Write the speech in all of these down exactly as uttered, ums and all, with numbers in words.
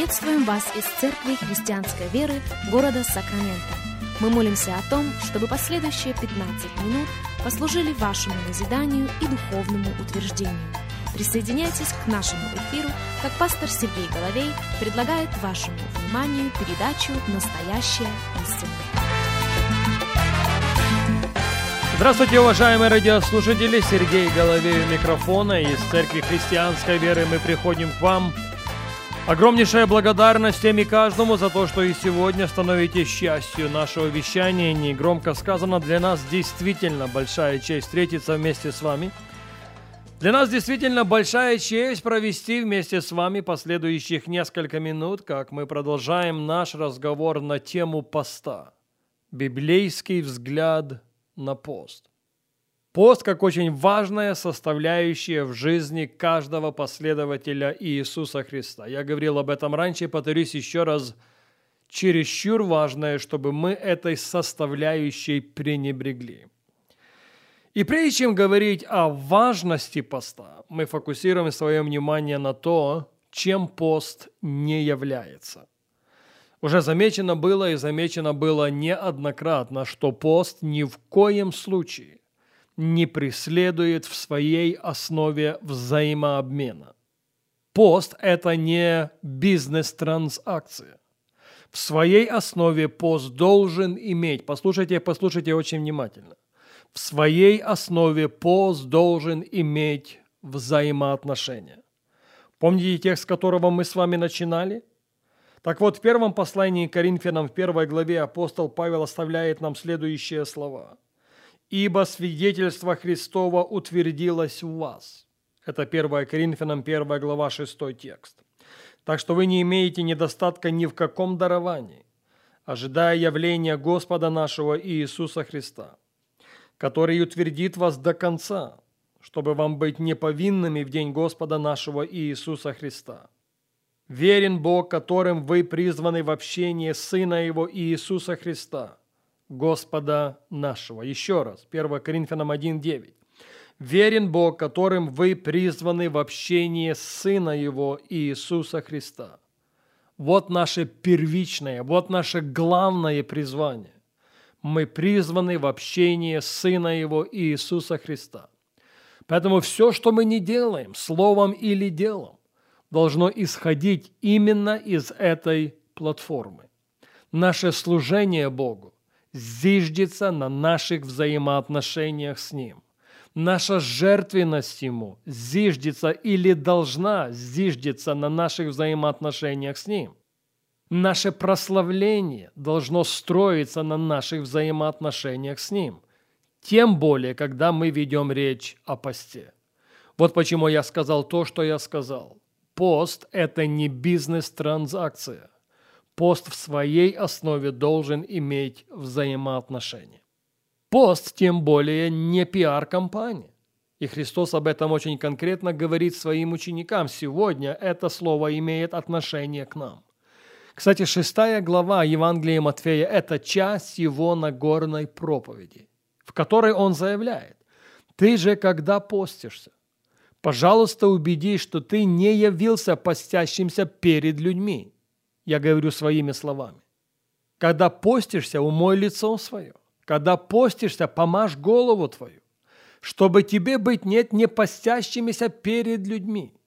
Приветствуем вас из Церкви Христианской Веры города Сакраменто. Мы молимся о том, чтобы последующие пятнадцать минут послужили вашему назиданию и духовному утверждению. Присоединяйтесь к нашему эфиру, как пастор Сергей Головей предлагает вашему вниманию передачу «Настоящая истина». Здравствуйте, уважаемые радиослушатели! Сергей Головей у микрофона. Из Церкви Христианской Веры мы приходим к вам. Огромнейшая благодарность всем и каждому за то, что и сегодня становитесь частью нашего вещания. Негромко сказано, для нас действительно большая честь встретиться вместе с вами. Для нас действительно большая честь провести вместе с вами последующих несколько минут, как мы продолжаем наш разговор на тему поста. Библейский взгляд на пост. Пост как очень важная составляющая в жизни каждого последователя Иисуса Христа. Я говорил об этом раньше, повторюсь еще раз. Чересчур важное, чтобы мы этой составляющей пренебрегли. И прежде чем говорить о важности поста, мы фокусируем свое внимание на то, чем пост не является. Уже замечено было и замечено было неоднократно, что пост ни в коем случае не преследует в своей основе взаимообмена. Пост – это не бизнес-транзакция. В своей основе пост должен иметь, послушайте, послушайте очень внимательно, в своей основе пост должен иметь взаимоотношения. Помните текст, с которого мы с вами начинали? Так вот, в первом послании к Коринфянам, в первой главе, апостол Павел оставляет нам следующие слова. «Ибо свидетельство Христово утвердилось в вас». Это первое Коринфянам, первая глава, шестой текст. «Так что вы не имеете недостатка ни в каком даровании, ожидая явления Господа нашего Иисуса Христа, который утвердит вас до конца, чтобы вам быть неповинными в день Господа нашего Иисуса Христа. Верен Бог, которым вы призваны в общение Сына Его Иисуса Христа, Господа нашего». Еще раз, первое Коринфянам один девять. «Верен Бог, которым вы призваны в общение Сына Его Иисуса Христа». Вот наше первичное, вот наше главное призвание. Мы призваны в общение Сына Его Иисуса Христа. Поэтому все, что мы не делаем, словом или делом, должно исходить именно из этой платформы. Наше служение Богу зиждется на наших взаимоотношениях с Ним. Наша жертвенность Ему зиждется или должна зиждиться на наших взаимоотношениях с Ним. Наше прославление должно строиться на наших взаимоотношениях с Ним, тем более, когда мы ведем речь о посте. Вот почему я сказал то, что я сказал. Пост – это не бизнес-транзакция. Пост в своей основе должен иметь взаимоотношения. Пост, тем более, не пиар-компания. И Христос об этом очень конкретно говорит своим ученикам. Сегодня это слово имеет отношение к нам. Кстати, шестая глава Евангелия Матфея – это часть его Нагорной проповеди, в которой он заявляет: «Ты же, когда постишься, пожалуйста, убедись, что ты не явился постящимся перед людьми». Я говорю своими словами. Когда постишься, умой лицо свое. Когда постишься, помажь голову твою, чтобы тебе быть нет не постящимися перед людьми.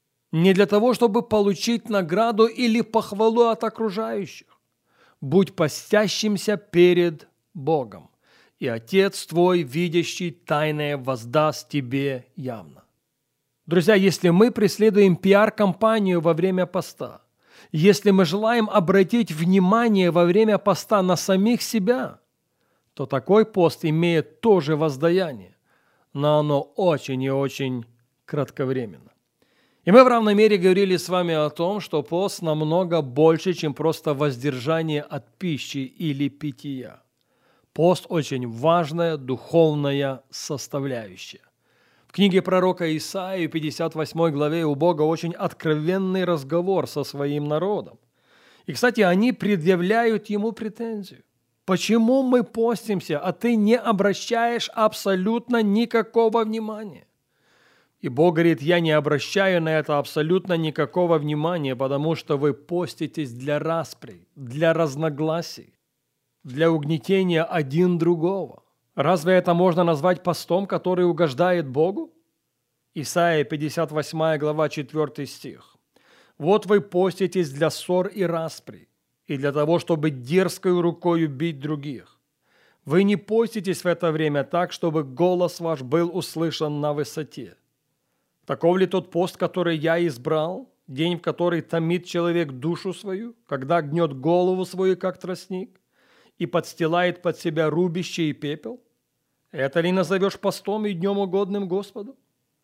Не для того, чтобы получить награду или похвалу от окружающих. Будь постящимся перед Богом, и Отец твой, видящий тайное, воздаст тебе явно. Друзья, если мы преследуем пиар-компанию во время поста, если мы желаем обратить внимание во время поста на самих себя, то такой пост имеет тоже воздаяние, но оно очень и очень кратковременно. И мы в равной мере говорили с вами о том, что пост намного больше, чем просто воздержание от пищи или питья. Пост очень важная духовная составляющая. В книге пророка Исаии, в пятьдесят восьмой главе, у Бога очень откровенный разговор со своим народом. И, кстати, они предъявляют ему претензию. Почему мы постимся, а ты не обращаешь абсолютно никакого внимания? И Бог говорит, я не обращаю на это абсолютно никакого внимания, потому что вы поститесь для распри, для разногласий, для угнетения один другого. Разве это можно назвать постом, который угождает Богу? Исайя пятьдесят восьмая глава, четвёртый стих. Вот вы поститесь для ссор и распри, и для того, чтобы дерзкой рукой бить других. Вы не поститесь в это время так, чтобы голос ваш был услышан на высоте. Таков ли тот пост, который я избрал, день, в который томит человек душу свою, когда гнет голову свою, как тростник, и подстилает под себя рубище и пепел? Это ли назовешь постом и днем угодным Господу?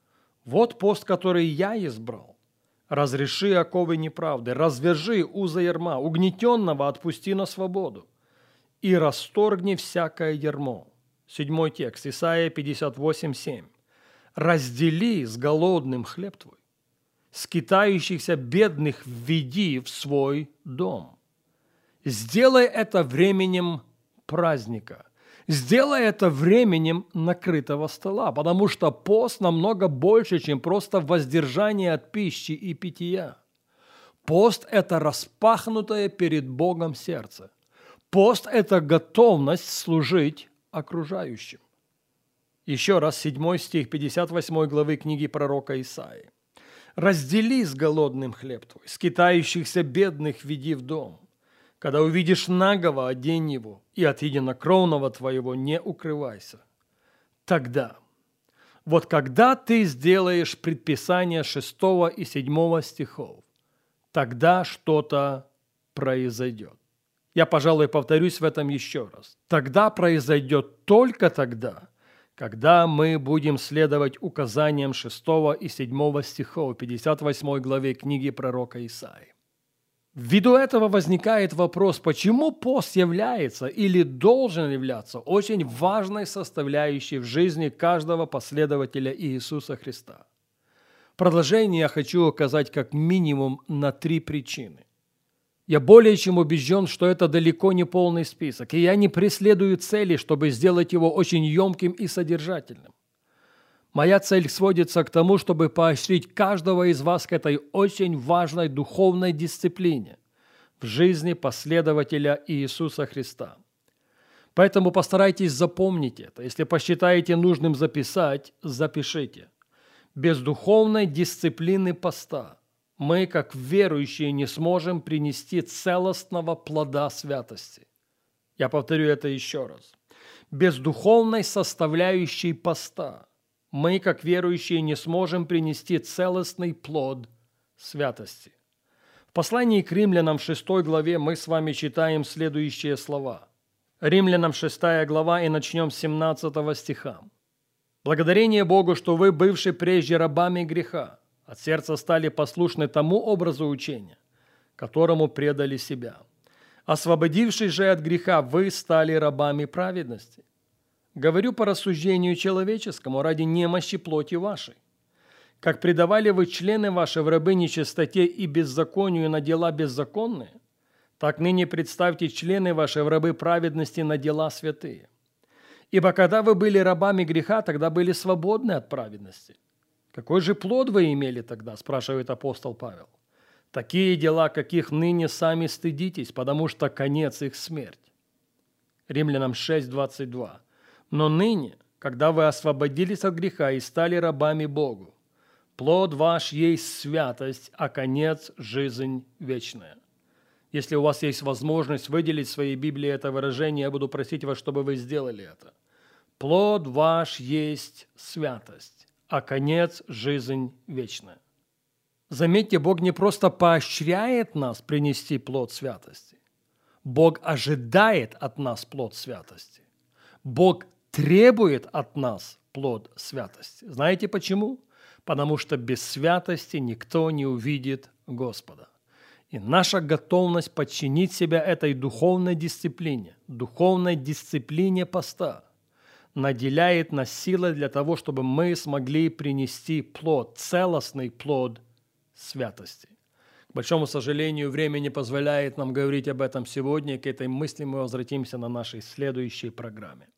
Вот пост, который я избрал. Разреши оковы неправды, развяжи узы ярма, угнетенного отпусти на свободу и расторгни всякое ярмо. Седьмой текст, Исайя пятьдесят восемь семь. Раздели с голодным хлеб твой, скитающихся бедных введи в свой дом. Сделай это временем праздника, сделай это временем накрытого стола, потому что пост намного больше, чем просто воздержание от пищи и питья. Пост – это распахнутое перед Богом сердце. Пост – это готовность служить окружающим. Еще раз, седьмой стих пятьдесят восьмой главы книги пророка Исаии. «Раздели с голодным хлеб твой, скитающихся бедных веди в дом. Когда увидишь нагого, одень его, и от единокровного твоего не укрывайся. Тогда, вот когда ты сделаешь предписание шестого и седьмого стихов, тогда что-то произойдет». Я, пожалуй, повторюсь в этом еще раз. Тогда произойдет только тогда, когда мы будем следовать указаниям шестого и седьмого стихов пятьдесят восьмой главе книги пророка Исаии. Ввиду этого возникает вопрос, почему пост является или должен являться очень важной составляющей в жизни каждого последователя Иисуса Христа. В продолжение я хочу указать как минимум на три причины. Я более чем убежден, что это далеко не полный список, и я не преследую цели, чтобы сделать его очень емким и содержательным. Моя цель сводится к тому, чтобы поощрить каждого из вас к этой очень важной духовной дисциплине в жизни последователя Иисуса Христа. Поэтому постарайтесь запомнить это. Если посчитаете нужным записать, запишите. Без духовной дисциплины поста мы, как верующие, не сможем принести целостного плода святости. Я повторю это еще раз. Без духовной составляющей поста мы, как верующие, не сможем принести целостный плод святости. В послании к Римлянам в шестой главе мы с вами читаем следующие слова. Римлянам шестая глава, и начнем с семнадцатого стиха. «Благодарение Богу, что вы, бывшие прежде рабами греха, от сердца стали послушны тому образу учения, которому предали себя. Освободившись же от греха, вы стали рабами праведности. Говорю по рассуждению человеческому, ради немощи плоти вашей. Как предавали вы члены ваши в рабы нечистоте и беззаконию на дела беззаконные, так ныне представьте члены ваши в рабы праведности на дела святые. Ибо когда вы были рабами греха, тогда были свободны от праведности. Какой же плод вы имели тогда, спрашивает апостол Павел. Такие дела, каких ныне сами стыдитесь, потому что конец их смерть. Римлянам шесть двадцать два. Но ныне, когда вы освободились от греха и стали рабами Богу, плод ваш есть святость, а конец – жизнь вечная. Если у вас есть возможность выделить в своей Библии это выражение, я буду просить вас, чтобы вы сделали это. Плод ваш есть святость, а конец – жизнь вечная. Заметьте, Бог не просто поощряет нас принести плод святости. Бог ожидает от нас плод святости. Бог требует от нас плод святости. Знаете почему? Потому что без святости никто не увидит Господа. И наша готовность подчинить себя этой духовной дисциплине, духовной дисциплине поста, наделяет нас силой для того, чтобы мы смогли принести плод, целостный плод святости. К большому сожалению, время не позволяет нам говорить об этом сегодня, и к этой мысли мы возвратимся на нашей следующей программе.